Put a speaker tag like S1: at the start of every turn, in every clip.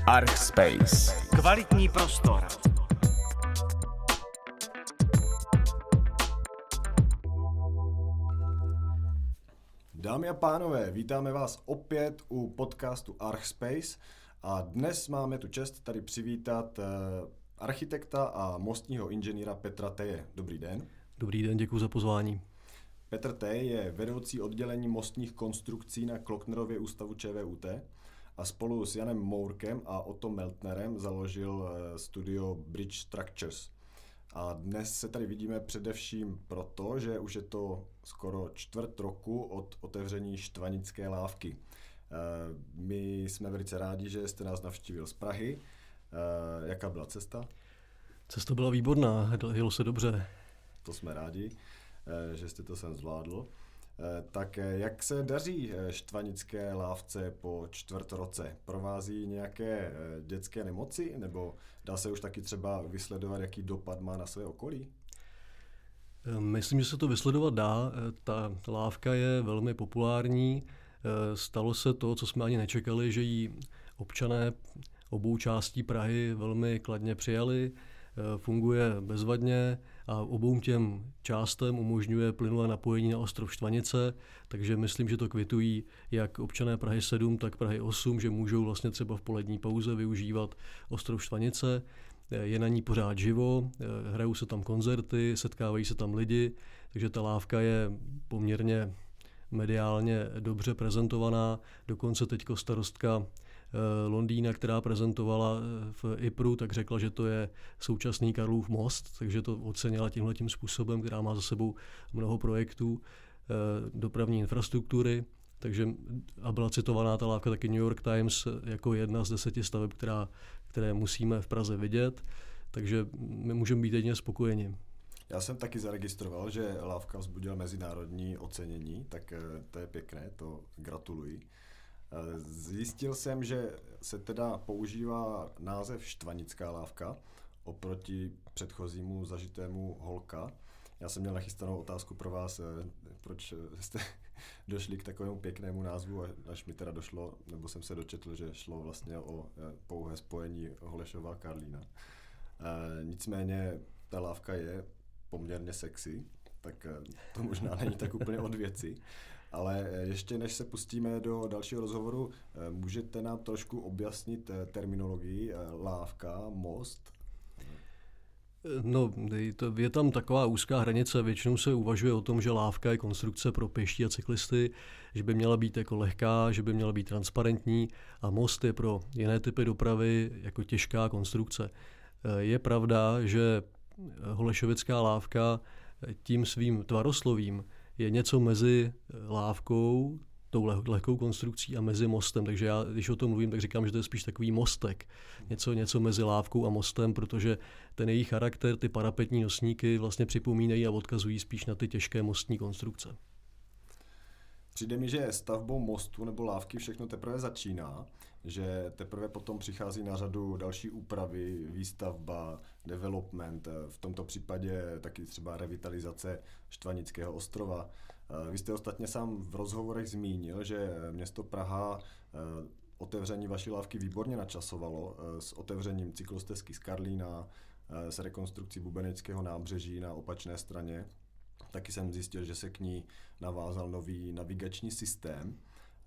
S1: Archspace.
S2: Kvalitní prostor.
S3: Dámy a pánové, vítáme vás opět u podcastu Archspace a dnes máme tu čest tady přivítat architekta a mostního inženýra Petra Teje. Dobrý den.
S4: Dobrý den, děkuji za pozvání.
S3: Petr Tej je vedoucí oddělení mostních konstrukcí na Klocknerově ústavu ČVUT a spolu s Janem Mourkem a Otto Meltnerem založil studio Bridge Structures. A dnes se tady vidíme především proto, že už je to skoro čtvrt roku od otevření Štvanické lávky. My jsme velice rádi, že jste nás navštívil z Prahy. Jaká byla cesta?
S4: Cesta byla výborná, jelo se dobře.
S3: To jsme rádi, že jste to sem zvládl. Tak jak se daří Štvanické lávce po čtvrt roce? Provází nějaké dětské nemoci? Nebo dá se už taky třeba vysledovat, jaký dopad má na své okolí?
S4: Myslím, že se to vysledovat dá. Ta lávka je velmi populární. Stalo se to, co jsme ani nečekali, že ji občané obou částí Prahy velmi kladně přijali. Funguje bezvadně a obou těm částem umožňuje plynulé napojení na ostrov Štvanice, takže myslím, že to kvitují jak občané Prahy 7, tak Prahy 8, že můžou vlastně třeba v polední pauze využívat ostrov Štvanice. Je na ní pořád živo, hrajou se tam koncerty, setkávají se tam lidi, takže ta lávka je poměrně mediálně dobře prezentovaná. Dokonce teďko starostka Londýna, která prezentovala v IPRu, tak řekla, že to je současný Karlův most, takže to ocenila tímhletím způsobem, která má za sebou mnoho projektů dopravní infrastruktury. Takže a byla citovaná ta lávka taky New York Times jako jedna z 10 staveb, které musíme v Praze vidět, takže my můžeme být jedině spokojeni.
S3: Já jsem taky zaregistroval, že lávka vzbudila mezinárodní ocenění, tak to je pěkné, to gratuluji. Zjistil jsem, že se teda používá název Štvanická lávka oproti předchozímu zažitému Holka. Já jsem měl nachystanou otázku pro vás, proč jste došli k takovému pěknému názvu, až mi teda došlo, nebo jsem se dočetl, že šlo vlastně o pouhé spojení Holešova a Karlína. Nicméně ta lávka je poměrně sexy, tak to možná není tak úplně od věci. Ale ještě než se pustíme do dalšího rozhovoru, můžete nám trošku objasnit terminologii lávka, most?
S4: No, je tam taková úzká hranice, většinou se uvažuje o tom, že lávka je konstrukce pro pěší a cyklisty, že by měla být jako lehká, že by měla být transparentní a most je pro jiné typy dopravy jako těžká konstrukce. Je pravda, že holešovická lávka tím svým tvaroslovím je něco mezi lávkou, tou lehkou konstrukcí a mezi mostem. Takže já, když o tom mluvím, tak říkám, že to je spíš takový mostek. Něco mezi lávkou a mostem, protože ten její charakter, ty parapetní nosníky vlastně připomínají a odkazují spíš na ty těžké mostní konstrukce.
S3: Přijde mi, že stavbou mostu nebo lávky všechno teprve začíná, že teprve potom přichází na řadu další úpravy, výstavba, development, v tomto případě taky třeba revitalizace Štvanického ostrova. Vy jste ostatně sám v rozhovorech zmínil, že město Praha otevření vaší lávky výborně načasovalo s otevřením cyklostezky z Karlína, s rekonstrukcí Bubeneckého nábřeží na opačné straně. Taky jsem zjistil, že se k ní navázal nový navigační systém.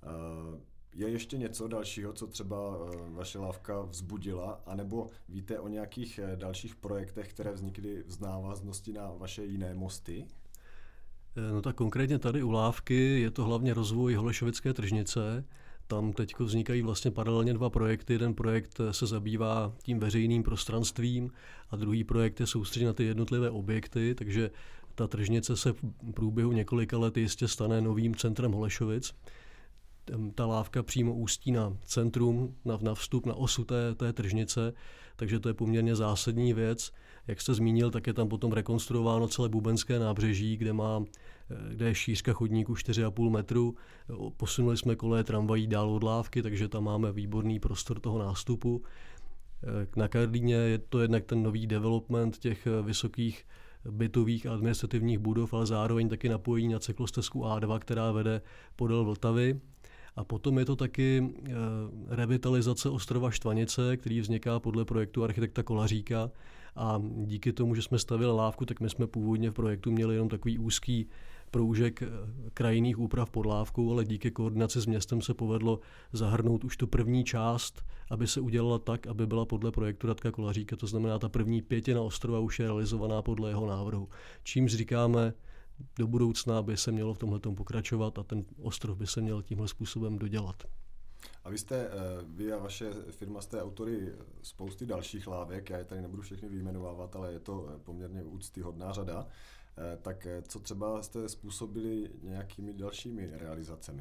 S3: Je ještě něco dalšího, co třeba vaše lávka vzbudila, anebo víte o nějakých dalších projektech, které vznikly v návaznosti na vaše jiné mosty?
S4: No tak konkrétně tady u lávky je to hlavně rozvoj Holešovické tržnice. Tam teď vznikají vlastně paralelně dva projekty. Jeden projekt se zabývá tím veřejným prostranstvím a druhý projekt je soustředěn na ty jednotlivé objekty, takže ta tržnice se v průběhu několika let jistě stane novým centrem Holešovic. Ta lávka přímo ústí na centrum, na vstup, na osu té tržnice, takže to je poměrně zásadní věc. Jak jste zmínil, tak je tam potom rekonstruováno celé Bubenské nábřeží, kde je šířka chodníku 4,5 metru. Posunuli jsme koleje tramvají dál od lávky, takže tam máme výborný prostor toho nástupu. Na Karlíně je to jednak ten nový development těch vysokých bytových a administrativních budov, ale zároveň taky napojení na cyklostezku A2, která vede podél Vltavy. A potom je to taky revitalizace ostrova Štvanice, který vzniká podle projektu architekta Kolaříka. A díky tomu, že jsme stavili lávku, tak my jsme původně v projektu měli jenom takový úzký proužek krajinných úprav pod lávkou, ale díky koordinaci s městem se povedlo zahrnout už tu první část, aby se udělala tak, aby byla podle projektu Radka Kolaříka, to znamená ta první pětina ostrova už je realizovaná podle jeho návrhu. Čímž říkáme, do budoucna by se mělo v tomhletom pokračovat a ten ostrov by se měl tímhle způsobem dodělat.
S3: A vy a vaše firma jste autory spousty dalších lávek, já je tady nebudu všechny vyjmenovávat, ale je to poměrně úctyhodná řada. Tak co třeba jste způsobili nějakými dalšími realizacemi?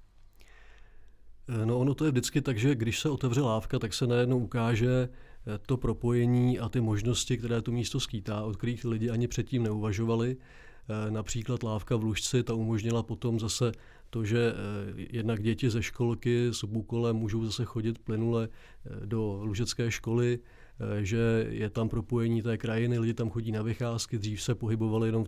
S4: No ono to je vždycky tak, že když se otevře lávka, tak se najednou ukáže to propojení a ty možnosti, které to místo skýtá, od kterých lidi ani předtím neuvažovali. Například lávka v Lužci, ta umožnila potom zase to, že jednak děti ze školky s Búkolem můžou zase chodit plynule do lužecké školy, že je tam propojení té krajiny, lidi tam chodí na vycházky, dřív se pohybovali jenom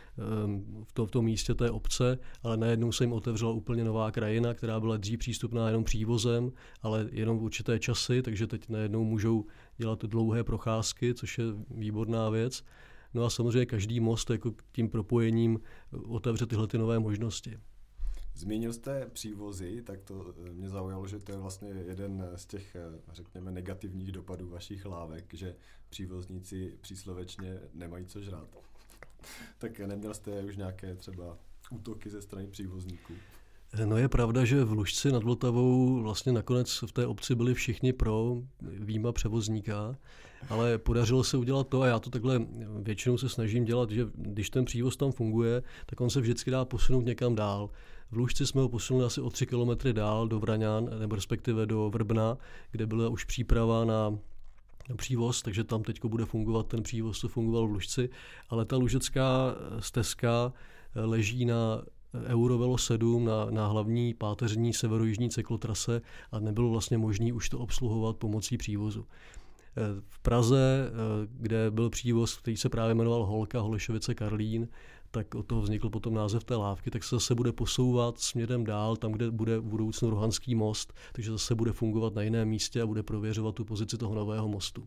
S4: v tom místě té obce, ale najednou se jim otevřela úplně nová krajina, která byla dřív přístupná jenom přívozem, ale jenom v určité časy, takže teď najednou můžou dělat dlouhé procházky, což je výborná věc. No a samozřejmě každý most jako tím propojením otevře tyhle ty nové možnosti.
S3: Zmínil jste přívozy, tak to mě zaujalo, že to je vlastně jeden z těch, řekněme, negativních dopadů vašich lávek, že přívozníci příslovečně nemají co žrát. Tak neměl jste už nějaké třeba útoky ze strany přívozníků?
S4: No je pravda, že v Lužci nad Vltavou vlastně nakonec v té obci byli všichni pro výjima převozníka, ale podařilo se udělat to a já to takhle většinou se snažím dělat, že když ten přívoz tam funguje, tak on se vždycky dá posunout někam dál. V Lužci jsme ho posunuli asi o 3 kilometry dál do Vraňan, nebo respektive do Vrbna, kde byla už příprava na přívoz, takže tam teď bude fungovat ten přívoz, co fungoval v Lužci, ale ta lužecká stezka leží na Eurovelo 7 na hlavní páteřní severojižní cyklotrase a nebylo vlastně možné už to obsluhovat pomocí přívozu. V Praze, kde byl přívoz, který se právě jmenoval Holka, Holešovice, Karlín, tak od toho vznikl potom název té lávky, tak se zase bude posouvat směrem dál, tam, kde bude v budoucnu Rohanský most, takže zase bude fungovat na jiném místě a bude prověřovat tu pozici toho nového mostu.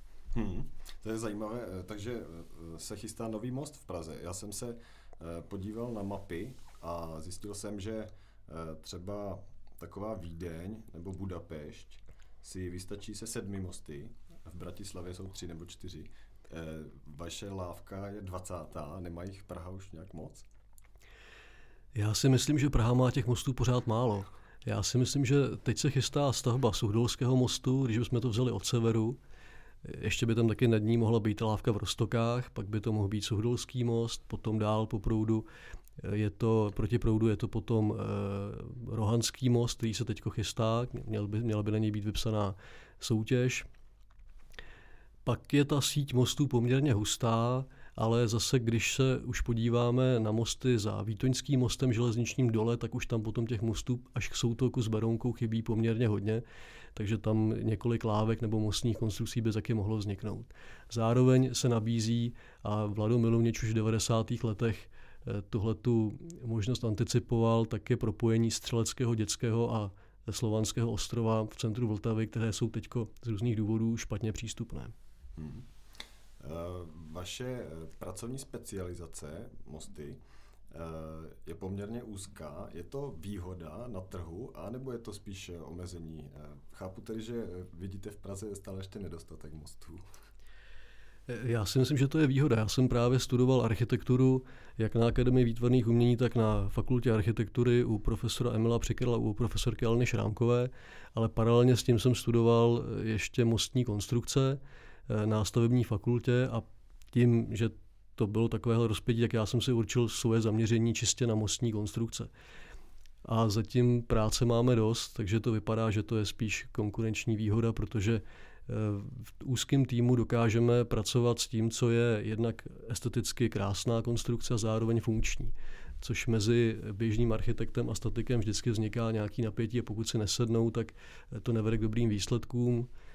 S3: To je zajímavé, takže se chystá nový most v Praze. Já jsem se podíval na mapy a zjistil jsem, že třeba taková Vídeň nebo Budapešť si vystačí se 7 mosty, v Bratislavě jsou 3 nebo 4. Vaše lávka je 20. Nemá jich Praha už nějak moc?
S4: Já si myslím, že Praha má těch mostů pořád málo. Já si myslím, že teď se chystá stavba Suchdolského mostu, když bychom to vzali od severu. Ještě by tam taky nad ní mohla být lávka v Roztokách, pak by to mohl být Suchdolský most, potom dál po proudu. Proti proudu je to potom Rohanský most, který se teď chystá, měla by na něj být vypsaná soutěž. Pak je ta síť mostů poměrně hustá, ale zase, když se už podíváme na mosty za Vítoňským mostem železničním dole, tak už tam potom těch mostů až k Soutoku s Berounkou chybí poměrně hodně, takže tam několik lávek nebo mostních konstrukcí by taky mohlo vzniknout. Zároveň se nabízí, a Vlado Milovnič už v 90. letech tuhletu možnost anticipoval, také propojení Střeleckého, Dětského a Slovanského ostrova v centru Vltavy, které jsou teď z různých důvodů špatně přístupné.
S3: Vaše pracovní specializace, mosty, je poměrně úzká. Je to výhoda na trhu, anebo je to spíš omezení? Chápu tedy, že vidíte v Praze stále ještě nedostatek mostů.
S4: Já si myslím, že to je výhoda. Já jsem právě studoval architekturu jak na Akademii výtvarných umění, tak na Fakultě architektury u profesora Emila Přikryla, u profesorky Aleny Šrámkové, ale paralelně s tím jsem studoval ještě mostní konstrukce na stavební fakultě a tím, že to bylo takovéhle rozpětí, tak já jsem si určil svoje zaměření čistě na mostní konstrukce. A zatím práce máme dost, takže to vypadá, že to je spíš konkurenční výhoda, protože v úzkém týmu dokážeme pracovat s tím, co je jednak esteticky krásná konstrukce a zároveň funkční. Což mezi běžným architektem a statikem vždycky vzniká nějaký napětí a pokud si nesednou, tak to nevede k dobrým výsledkům.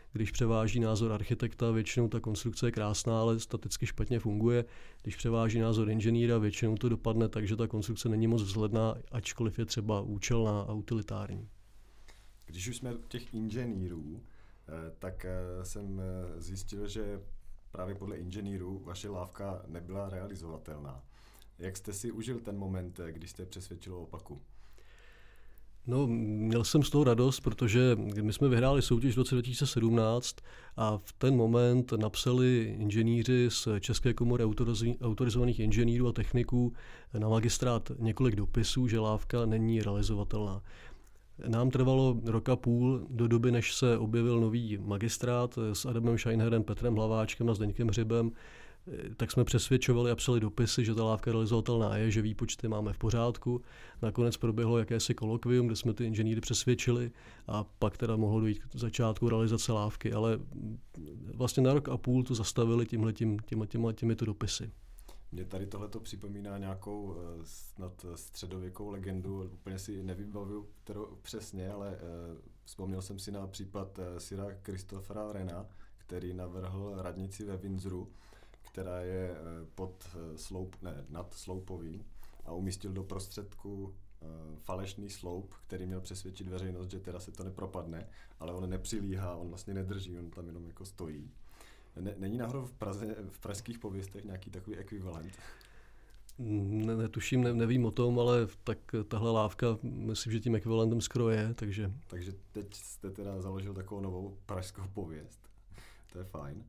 S4: Když převáží názor architekta, většinou ta konstrukce je krásná, ale staticky špatně funguje. Když převáží názor inženýra, většinou to dopadne tak, že ta konstrukce není moc vzhledná, ačkoliv je třeba účelná a utilitární.
S3: Když už jsme těch inženýrů, tak jsem zjistil, že právě podle inženýrů vaše lávka nebyla realizovatelná. Jak jste si užil ten moment, když jste přesvědčil o opaku?
S4: No, měl jsem z toho radost, protože my jsme vyhráli soutěž v roce 2017 a v ten moment napsali inženýři z České komory autorizovaných inženýrů a techniků na magistrát několik dopisů, že lávka není realizovatelná. Nám trvalo rok a půl do doby, než se objevil nový magistrát s Adamem Scheinherem, Petrem Hlaváčkem a Zdeňkem Hřibem, tak jsme přesvědčovali a psali dopisy, že ta lávka realizovatelná je, že výpočty máme v pořádku. Nakonec proběhlo jakési kolokvium, kde jsme ty inženýry přesvědčili a pak teda mohlo dojít k začátku realizace lávky, ale vlastně na rok a půl to zastavili těmito dopisy.
S3: Mně tady tohleto připomíná nějakou snad středověkou legendu, úplně si nevybavuju kterou přesně, ale vzpomněl jsem si na případ Sira Christophera Wrena, který navrhl radnici ve Windsoru, která je nad sloupovým a umístil do prostředku falešný sloup, který měl přesvědčit veřejnost, že teda se to nepropadne, ale on nepřilíhá, on vlastně nedrží, on tam jenom jako stojí. Není náhodou v pražských pověstech nějaký takový ekvivalent?
S4: Netuším, nevím o tom, ale tak tahle lávka, myslím, že tím ekvivalentem skoro je, takže...
S3: Takže teď jste teda založil takovou novou pražskou pověst. To je fajn.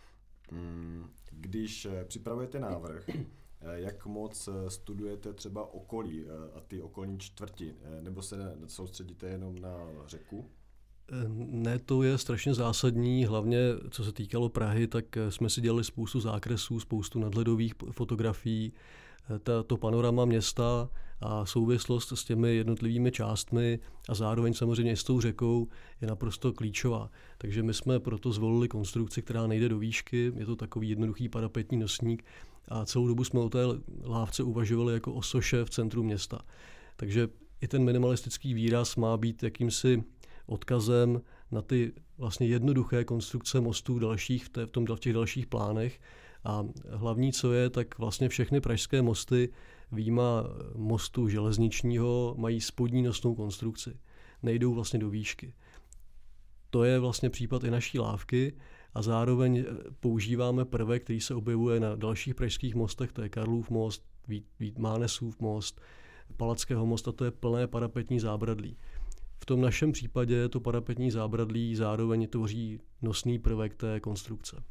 S3: Když připravujete návrh, jak moc studujete třeba okolí a ty okolní čtvrti, nebo se soustředíte jenom na řeku?
S4: Ne, to je strašně zásadní, hlavně co se týkalo Prahy, tak jsme si dělali spoustu zákresů, spoustu nadhledových fotografií, to panorama města a souvislost s těmi jednotlivými částmi a zároveň samozřejmě s tou řekou je naprosto klíčová. Takže my jsme proto zvolili konstrukci, která nejde do výšky, je to takový jednoduchý parapetní nosník a celou dobu jsme o té lávce uvažovali jako o soše v centru města. Takže i ten minimalistický výraz má být jakýmsi odkazem na ty vlastně jednoduché konstrukce mostů dalších v těch dalších plánech. A hlavní, co je, tak vlastně všechny pražské mosty vyjma mostu železničního mají spodní nosnou konstrukci. Nejdou vlastně do výšky. To je vlastně případ i naší lávky a zároveň používáme prvek, který se objevuje na dalších pražských mostech, to je Karlův most, Mánesův most, Palackého most a to je plné parapetní zábradlí. V tom našem případě to parapetní zábradlí zároveň tvoří nosný prvek té konstrukce.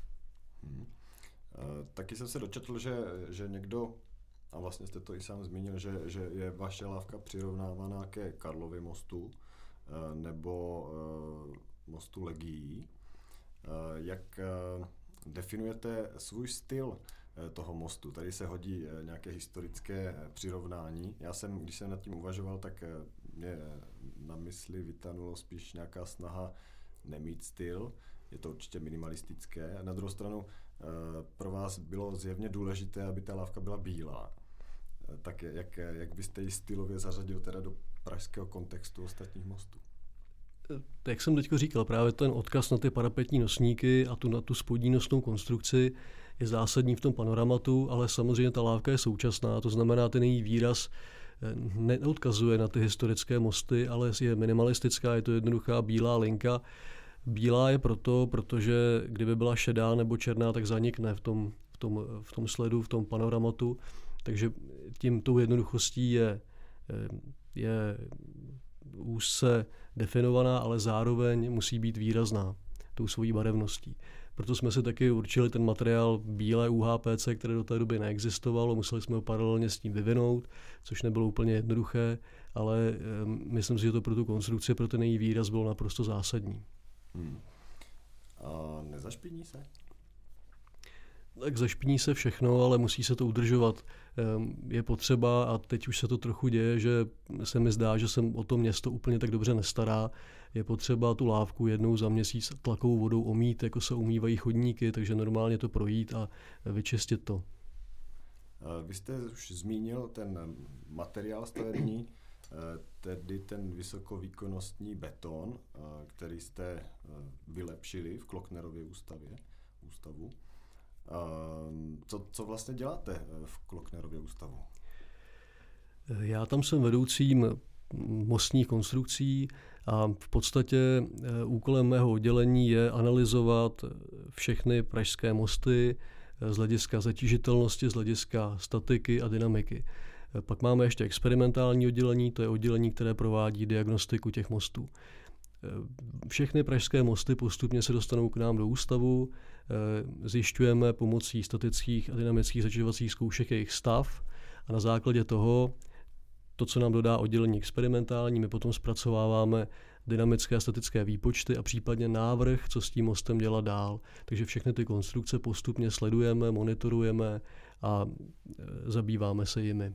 S3: Taky jsem se dočetl, že někdo, a vlastně jste to i sám zmínil, že je vaše lávka přirovnávaná ke Karlově mostu nebo mostu Legií. Jak definujete svůj styl toho mostu? Tady se hodí nějaké historické přirovnání. Když jsem nad tím uvažoval, tak mě na mysli vytanulo spíš nějaká snaha nemít styl. Je to určitě minimalistické. Na druhou stranu pro vás bylo zjevně důležité, aby ta lávka byla bílá. Tak jak byste ji stylově zařadil teda do pražského kontextu ostatních mostů?
S4: Jak jsem teď říkal, právě ten odkaz na ty parapetní nosníky a na tu spodní nosnou konstrukci je zásadní v tom panoramatu, ale samozřejmě ta lávka je současná, to znamená, ten její výraz neodkazuje na ty historické mosty, ale je minimalistická, je to jednoduchá bílá linka. Bílá je protože kdyby byla šedá nebo černá, tak zanikne v tom sledu, v tom panoramatu. Takže tou jednoduchostí je úzce definovaná, ale zároveň musí být výrazná tou svojí barevností. Proto jsme si taky určili ten materiál bílé UHPC, které do té doby neexistovalo, museli jsme ho paralelně s tím vyvinout, což nebylo úplně jednoduché, ale myslím si, že to pro tu konstrukci, pro ten její výraz bylo naprosto zásadní.
S3: A nezašpiní se?
S4: Tak zašpiní se všechno, ale musí se to udržovat. Je potřeba, a teď už se to trochu děje, že se mi zdá, že se o to město úplně tak dobře nestará. Je potřeba tu lávku jednou za měsíc tlakovou vodou omýt, jako se umývají chodníky, takže normálně to projít a vyčistit to.
S3: Vy jste už zmínil ten materiál stavební. tedy ten vysokovýkonnostní beton, který jste vylepšili v Klocknerově ústavu. Co vlastně děláte v Klocknerově ústavu?
S4: Já tam jsem vedoucím mostních konstrukcí a v podstatě úkolem mého oddělení je analyzovat všechny pražské mosty z hlediska zatížitelnosti, z hlediska statiky a dynamiky. Pak máme ještě experimentální oddělení, to je oddělení, které provádí diagnostiku těch mostů. Všechny pražské mosty postupně se dostanou k nám do ústavu, zjišťujeme pomocí statických a dynamických zatěžovacích zkoušek jejich stav a na základě toho, to, co nám dodá oddělení experimentální, my potom zpracováváme dynamické a statické výpočty a případně návrh, co s tím mostem dělat dál. Takže všechny ty konstrukce postupně sledujeme, monitorujeme a zabýváme se jimi.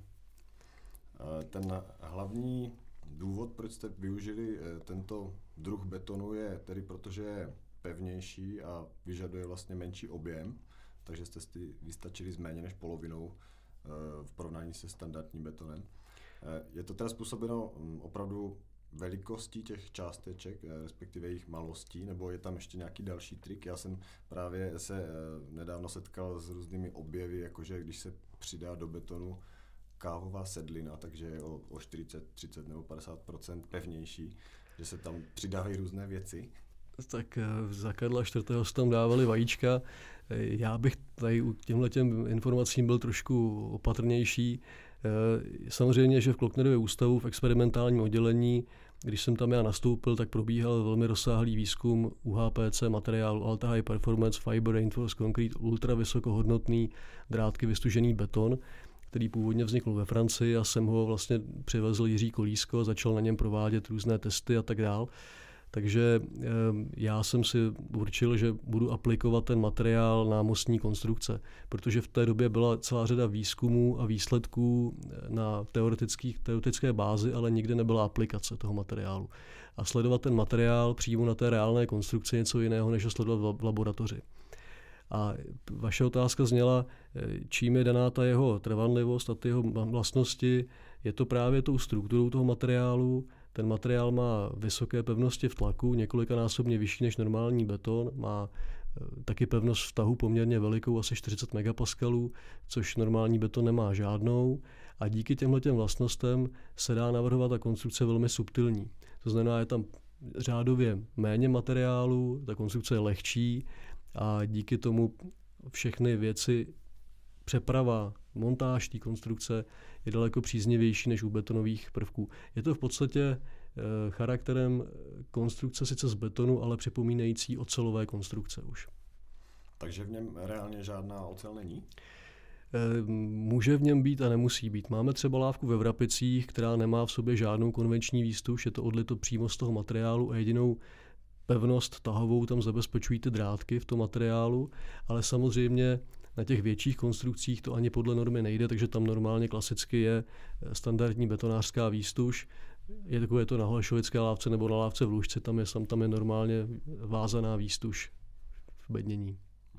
S3: Ten hlavní důvod, proč jste využili tento druh betonu, je tedy protože je pevnější a vyžaduje vlastně menší objem, takže jste si vystačili s méně než polovinou v porovnání se standardním betonem. Je to teda způsobeno opravdu velikostí těch částeček, respektive jejich malostí, nebo je tam ještě nějaký další trik? Já jsem právě se nedávno setkal s různými objevy, jakože když se přidá do betonu kávová sedlina, takže je o 40, 30 nebo 50% pevnější, že se tam přidávají různé věci.
S4: Tak za Karla IV. Se tam dávali vajíčka. Já bych tady u těmhletěm informacím byl trošku opatrnější. Samozřejmě, že v Klocknerově ústavu v experimentálním oddělení, když jsem tam já nastoupil, tak probíhal velmi rozsáhlý výzkum UHPC materiálu Ultra High Performance Fiber Reinforced Concrete, ultra vysokohodnotný drátky vystužený beton, který původně vznikl ve Francii a sem ho vlastně přivezl Jiří Kolísko, začal na něm provádět různé testy a tak dál. Takže já jsem si určil, že budu aplikovat ten materiál na mostní konstrukce, protože v té době byla celá řada výzkumů a výsledků na teoretické bázi, ale nikdy nebyla aplikace toho materiálu. A sledovat ten materiál přímo na té reálné konstrukci je něco jiného, než ho sledovat v laboratoři. A vaše otázka zněla, čím je daná ta jeho trvanlivost a ty jeho vlastnosti. Je to právě tou strukturou toho materiálu. Ten materiál má vysoké pevnosti v tlaku, několikanásobně vyšší než normální beton, má taky pevnost v tahu poměrně velikou, asi 40 megapaskalů, což normální beton nemá žádnou. A díky těmhletěm vlastnostem se dá navrhovat ta konstrukce velmi subtilní. To znamená, je tam řádově méně materiálu, ta konstrukce je lehčí a díky tomu všechny věci, přeprava, montáž té konstrukce je daleko příznivější než u betonových prvků. Je to v podstatě charakterem konstrukce sice z betonu, ale připomínající ocelové konstrukce už.
S3: Takže v něm reálně žádná ocel není?
S4: Může v něm být a nemusí být. Máme třeba lávku ve Vrapicích, která nemá v sobě žádnou konvenční výstuž, je to odlito přímo z toho materiálu a jedinou pevnost tahovou tam zabezpečují ty drátky v tom materiálu, ale samozřejmě na těch větších konstrukcích to ani podle normy nejde, takže tam normálně klasicky je standardní betonářská výstuž. Je takové to na Holešovické lávce nebo na lávce v Lužci, tam je normálně vázaná výstuž v bednění.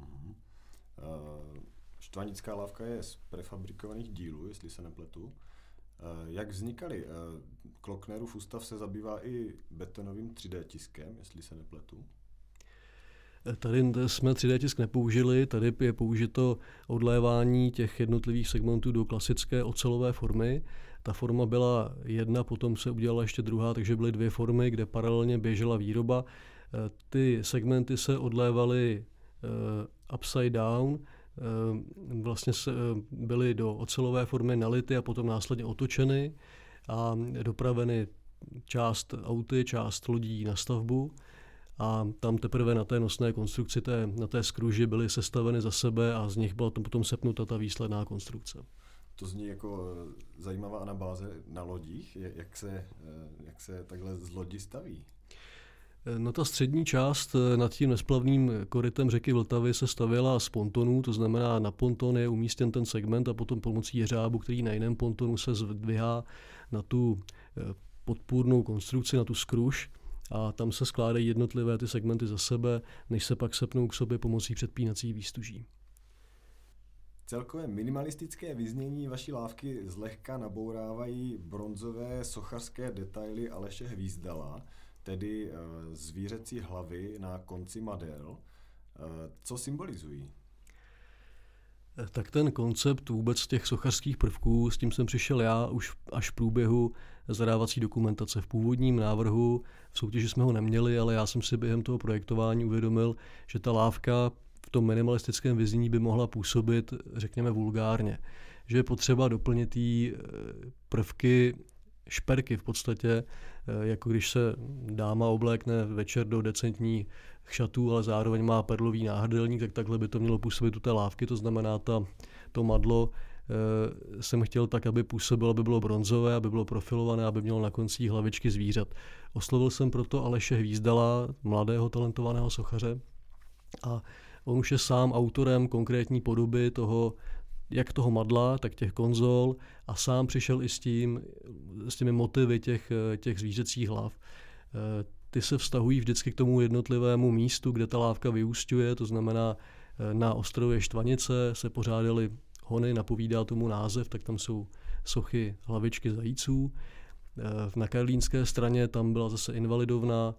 S3: Štvanická lávka je z prefabrikovaných dílů, jestli se nepletu. Jak vznikaly? Klocknerův ústav se zabývá i betonovým 3D tiskem, jestli se nepletu.
S4: Tady jsme 3D tisk nepoužili, tady je použito odlévání těch jednotlivých segmentů do klasické ocelové formy. Ta forma byla jedna, potom se udělala ještě druhá, takže byly dvě formy, kde paralelně běžela výroba. Ty segmenty se odlévaly upside down, vlastně byly do ocelové formy nality a potom následně otočeny a dopraveny část auty, část lodí na stavbu. A tam teprve na té nosné konstrukci, na té skruži byly sestaveny za sebe a z nich byla potom sepnuta ta výsledná konstrukce.
S3: To zní jako zajímavá anabáze na lodích. Jak se takhle z lodi staví?
S4: No ta střední část nad tím nesplavným korytem řeky Vltavy se stavěla z pontonů, to znamená na ponton je umístěn ten segment a potom pomocí jeřábu, který na jiném pontonu se zdvihá na tu podpůrnou konstrukci, na tu skruž. A tam se skládají jednotlivé ty segmenty za sebe, než se pak sepnou k sobě pomocí předpínacích výstuží.
S3: Celkové minimalistické vyznění vaší lávky zlehka nabourávají bronzové sochařské detaily Aleše Hvízdala, tedy zvířecí hlavy na konci madel. Co symbolizují?
S4: Tak ten koncept vůbec těch sochařských prvků, s tím jsem přišel já už až v průběhu zadávací dokumentace. V původním návrhu v soutěži jsme ho neměli, ale já jsem si během toho projektování uvědomil, že ta lávka v tom minimalistickém vyznění by mohla působit, řekněme, vulgárně. Že je potřeba doplnit jí prvky, šperky v podstatě, jako když se dáma oblékne večer do decentních šatů, ale zároveň má perlový náhrdelník, tak takhle by to mělo působit u té lávky, to znamená to madlo jsem chtěl tak, aby působilo, aby bylo bronzové, aby bylo profilované, aby mělo na koncích hlavičky zvířat. Oslovil jsem proto Aleše Hvízdala, mladého talentovaného sochaře, a on už je sám autorem konkrétní podoby toho, jak toho madla, tak těch konzol, a sám přišel i s těmi motivy těch zvířecích hlav. Ty se vztahují vždycky k tomu jednotlivému místu, kde ta lávka vyúsťuje, to znamená na ostrově Štvanice se pořádaly hony, napovídá tomu název, tak tam jsou sochy hlavičky zajíců. Na karlínské straně tam byla zase invalidovna,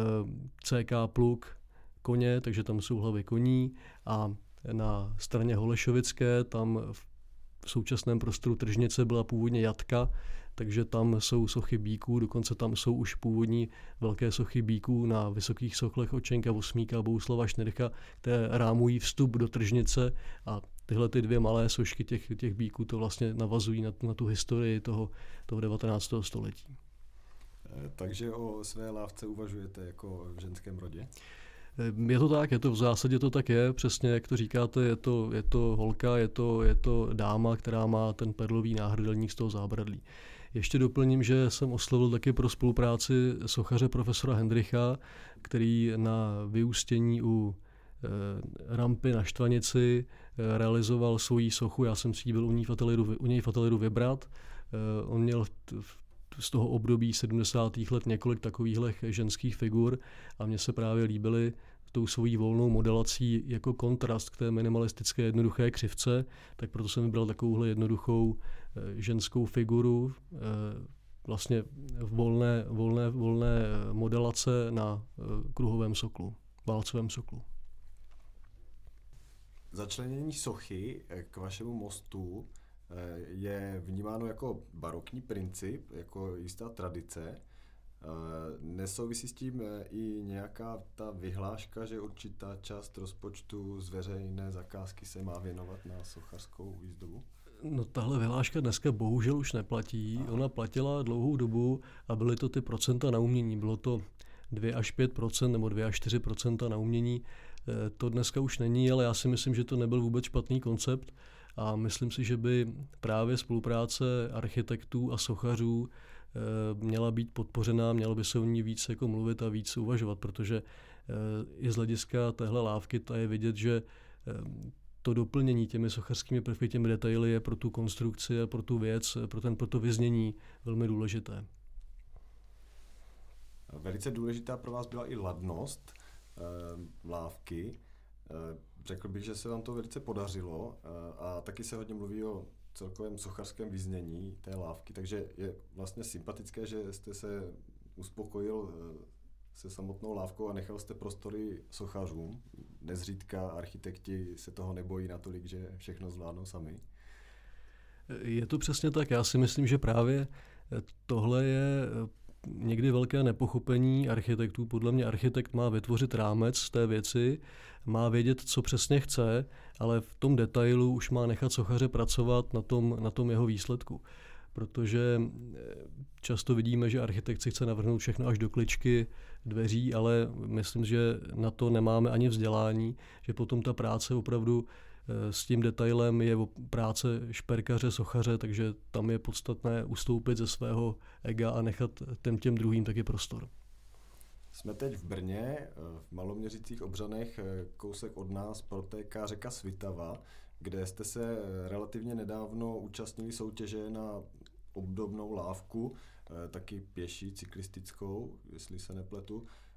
S4: CK Pluk, koně, takže tam jsou hlavy koní, a na straně holešovické tam v současném prostoru tržnice byla původně jatka, takže tam jsou sochy bíků, dokonce tam jsou už původní velké sochy bíků na vysokých sochlech od Čenka Vosmíka a Bohuslava Šnircha, které rámují vstup do tržnice, a tyhle ty dvě malé sošky těch bíků to vlastně navazují na tu historii toho 19. století.
S3: Takže o své lávce uvažujete jako v ženském rodě?
S4: Je to tak, v zásadě to tak je, přesně jak to říkáte, je to holka, je to dáma, která má ten perlový náhrdelník z toho zábradlí. Ještě doplním, že jsem oslovil taky pro spolupráci sochaře profesora Hendricha, který na vyústění u rampy na Štvanici realizoval svoji sochu, já jsem si ji byl u něj v ateliéru vybrat. On měl z toho období 70. let několik takovýchhle ženských figur a mně se právě líbily tou svojí volnou modelací jako kontrast k té minimalistické jednoduché křivce, tak proto jsem vybral takovouhle jednoduchou ženskou figuru, vlastně volné modelace na kruhovém soklu, válcovém soklu.
S3: Začlenění sochy k vašemu mostu je vnímáno jako barokní princip, jako jistá tradice. Nesouvisí s tím i nějaká ta vyhláška, že určitá část rozpočtu z veřejné zakázky se má věnovat na sochařskou výzdobu?
S4: No, tahle vyhláška dneska bohužel už neplatí. Ona platila dlouhou dobu a byly to ty procenta na umění. Bylo to 2 až 5% nebo 2 až 4% na umění. To dneska už není, ale já si myslím, že to nebyl vůbec špatný koncept a myslím si, že by právě spolupráce architektů a sochařů měla být podpořená, mělo by se o ní víc jako mluvit a víc uvažovat, protože i z hlediska téhle lávky to je vidět, že to doplnění těmi sochařskými prvky, těmi detaily je pro tu konstrukci a pro tu věc, pro to vyznění velmi důležité.
S3: Velice důležitá pro vás byla i ladnost lávky. Řekl bych, že se vám to velice podařilo a taky se hodně mluví o celkovém sochařském vyznění té lávky, takže je vlastně sympatické, že jste se uspokojil se samotnou lávkou a nechal jste prostory sochařům. Nezřídka architekti se toho nebojí natolik, že všechno zvládnou sami.
S4: Je to přesně tak. Já si myslím, že právě tohle je někdy velké nepochopení architektů. Podle mě architekt má vytvořit rámec té věci, má vědět, co přesně chce, ale v tom detailu už má nechat sochaře pracovat na tom jeho výsledku. Protože často vidíme, že architekt si chce navrhnout všechno až do kličky dveří, ale myslím, že na to nemáme ani vzdělání, že potom ta práce opravdu s tím detailem je práce šperkaře, sochaře, takže tam je podstatné ustoupit ze svého ega a nechat těm druhým taky prostor.
S3: Jsme teď v Brně, v Maloměřicích Obřanech, kousek od nás protéká řeka Svitava, kde jste se relativně nedávno účastnili soutěže na obdobnou lávku, taky pěší, cyklistickou, jestli se nepletu.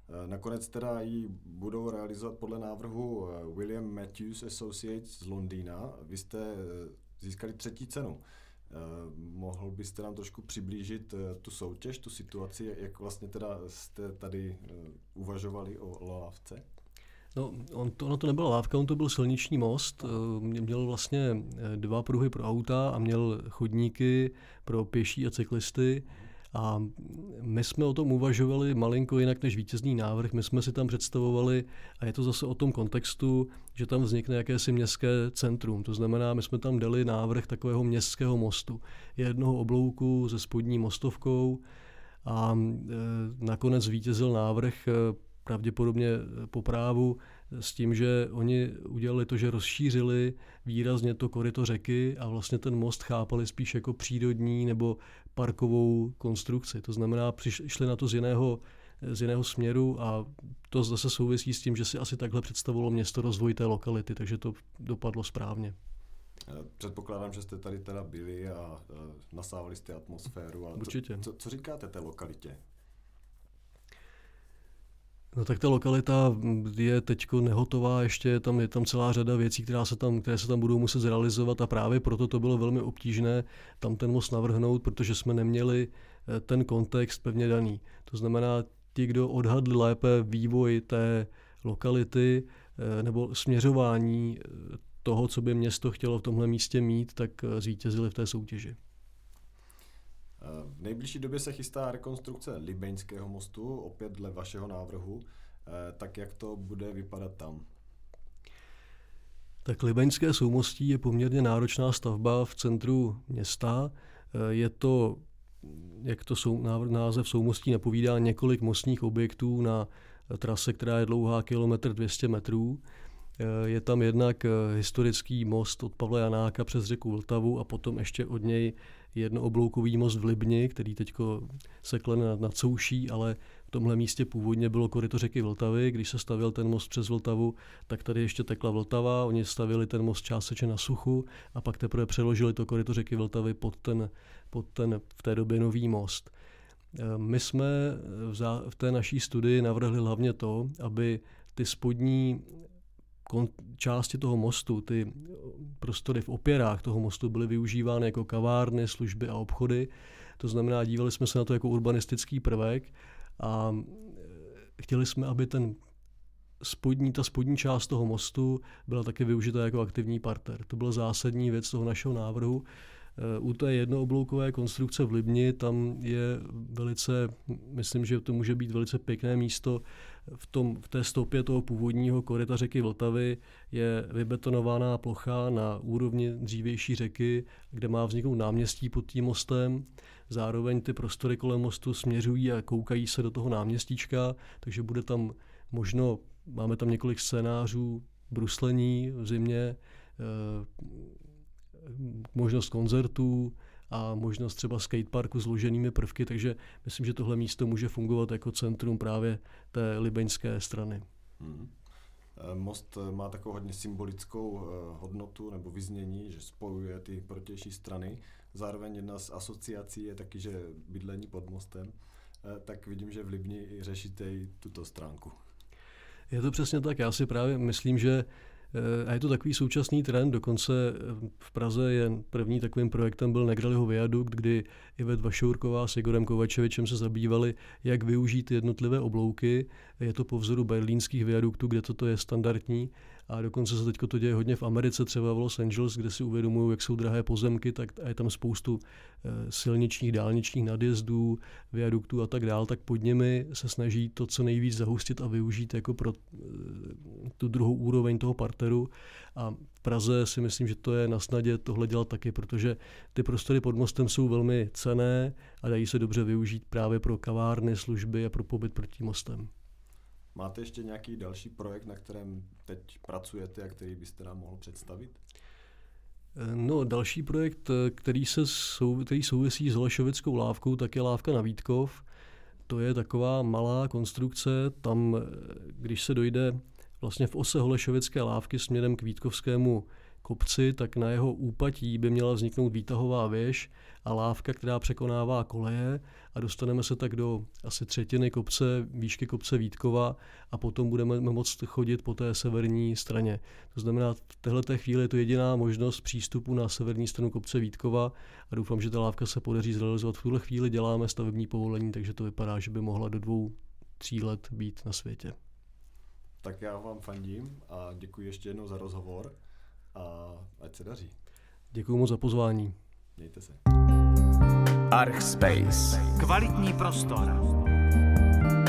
S3: Nakonec teda ji budou realizovat podle návrhu William Matthews Associates z Londýna. Vy jste získali 3. cenu. Mohl byste nám trošku přiblížit tu soutěž, tu situaci, jak vlastně teda jste tady uvažovali o lávce?
S4: No, ono to nebyla lávka, on to byl silniční most. Měl vlastně 2 pruhy pro auta a měl chodníky pro pěší a cyklisty. A my jsme o tom uvažovali malinko jinak než vítězný návrh. My jsme si tam představovali, a je to zase o tom kontextu, že tam vznikne jakési městské centrum. To znamená, my jsme tam dali návrh takového městského mostu. Jednoho oblouku se spodní mostovkou a nakonec vítězil návrh pravděpodobně po právu s tím, že oni udělali to, že rozšířili výrazně to koryto řeky a vlastně ten most chápali spíš jako přírodní nebo parkovou konstrukci. To znamená, šli na to z jiného směru a to zase souvisí s tím, že si asi takhle představovalo město rozvoj té lokality, takže to dopadlo správně.
S3: Předpokládám, že jste tady teda byli a nasávali jste atmosféru. A
S4: určitě.
S3: Co říkáte té lokalitě?
S4: No tak ta lokalita je teďko nehotová, ještě je tam celá řada věcí, které se tam budou muset zrealizovat a právě proto to bylo velmi obtížné tam ten most navrhnout, protože jsme neměli ten kontext pevně daný. To znamená, ti, kdo odhadli lépe vývoj té lokality nebo směřování toho, co by město chtělo v tomhle místě mít, tak zvítězili v té soutěži.
S3: V nejbližší době se chystá rekonstrukce Libeňského mostu, opět dle vašeho návrhu. Tak jak to bude vypadat tam?
S4: Tak Libeňské soumostí je poměrně náročná stavba v centru města. Je to, jak to název soumostí napovídá, několik mostních objektů na trase, která je dlouhá 200 metrů. Je tam jednak historický most od Pavla Janáka přes řeku Vltavu a potom ještě od něj jednoobloukový most v Libni, který teďko se klene nad souší, ale v tomhle místě původně bylo koryto řeky Vltavy. Když se stavěl ten most přes Vltavu, tak tady ještě tekla Vltava, oni stavili ten most částečně na suchu a pak teprve přeložili to koryto řeky Vltavy pod ten v té době nový most. My jsme v té naší studii navrhli hlavně to, aby ty spodní části toho mostu, ty prostory v opěrách toho mostu byly využívány jako kavárny, služby a obchody. To znamená, dívali jsme se na to jako urbanistický prvek a chtěli jsme, aby ta spodní část toho mostu byla také využita jako aktivní parter. To byla zásadní věc toho našeho návrhu. U té jednoobloukové konstrukce v Libni tam je myslím, že to může být velice pěkné místo. V té stopě toho původního koryta řeky Vltavy je vybetonovaná plocha na úrovni dřívější řeky, kde má vzniknout náměstí pod tím mostem. Zároveň ty prostory kolem mostu směřují a koukají se do toho náměstíčka, takže bude tam máme tam několik scénářů bruslení v zimě, možnost koncertů a možnost třeba skateparku s loženými prvky, takže myslím, že tohle místo může fungovat jako centrum právě té libeňské strany.
S3: Most má takovou hodně symbolickou hodnotu nebo vyznění, že spojuje ty protější strany. Zároveň jedna z asociací je taky, že bydlení pod mostem. Tak vidím, že v Libni řešíte i tuto stránku.
S4: Je to přesně tak. Já si právě myslím, že a je to takový současný trend, dokonce v Praze je první takovým projektem byl Negrelliho viadukt, kdy Ivet Vašourková s Igorem Kovačevičem se zabývali, jak využít jednotlivé oblouky. Je to po vzoru berlínských viaduktů, kde toto je standardní a dokonce se teď to děje hodně v Americe, třeba v Los Angeles, kde si uvědomují, jak jsou drahé pozemky, tak je tam spoustu silničních, dálničních nadjezdů, viaduktů a tak dál, tak pod nimi se snaží to co nejvíc zahustit a využít jako pro tu druhou úroveň toho parteru. A v Praze si myslím, že to je na snadě tohle dělat taky, protože ty prostory pod mostem jsou velmi cenné a dají se dobře využít právě pro kavárny, služby a pro pobyt pod tím mostem.
S3: Máte ještě nějaký další projekt, na kterém teď pracujete a který byste nám mohl představit?
S4: No, další projekt, který souvisí s Holešovickou lávkou, tak je lávka na Vítkov. To je taková malá konstrukce, tam, když se dojde vlastně v ose Holešovické lávky směrem k Vítkovskému kopci, tak na jeho úpatí by měla vzniknout výtahová věž a lávka, která překonává koleje a dostaneme se tak do asi třetiny kopce, výšky kopce Vítkova a potom budeme moct chodit po té severní straně. To znamená, v této chvíli je to jediná možnost přístupu na severní stranu kopce Vítkova a doufám, že ta lávka se podaří zrealizovat. V tuhle chvíli děláme stavební povolení, takže to vypadá, že by mohla do 2-3 let být na světě.
S3: Tak já vám fandím a děkuji ještě jednou za rozhovor a ať se daří.
S4: Děkuji moc za pozvání.
S3: Mějte se.
S1: Archspace.
S2: Kvalitní prostor.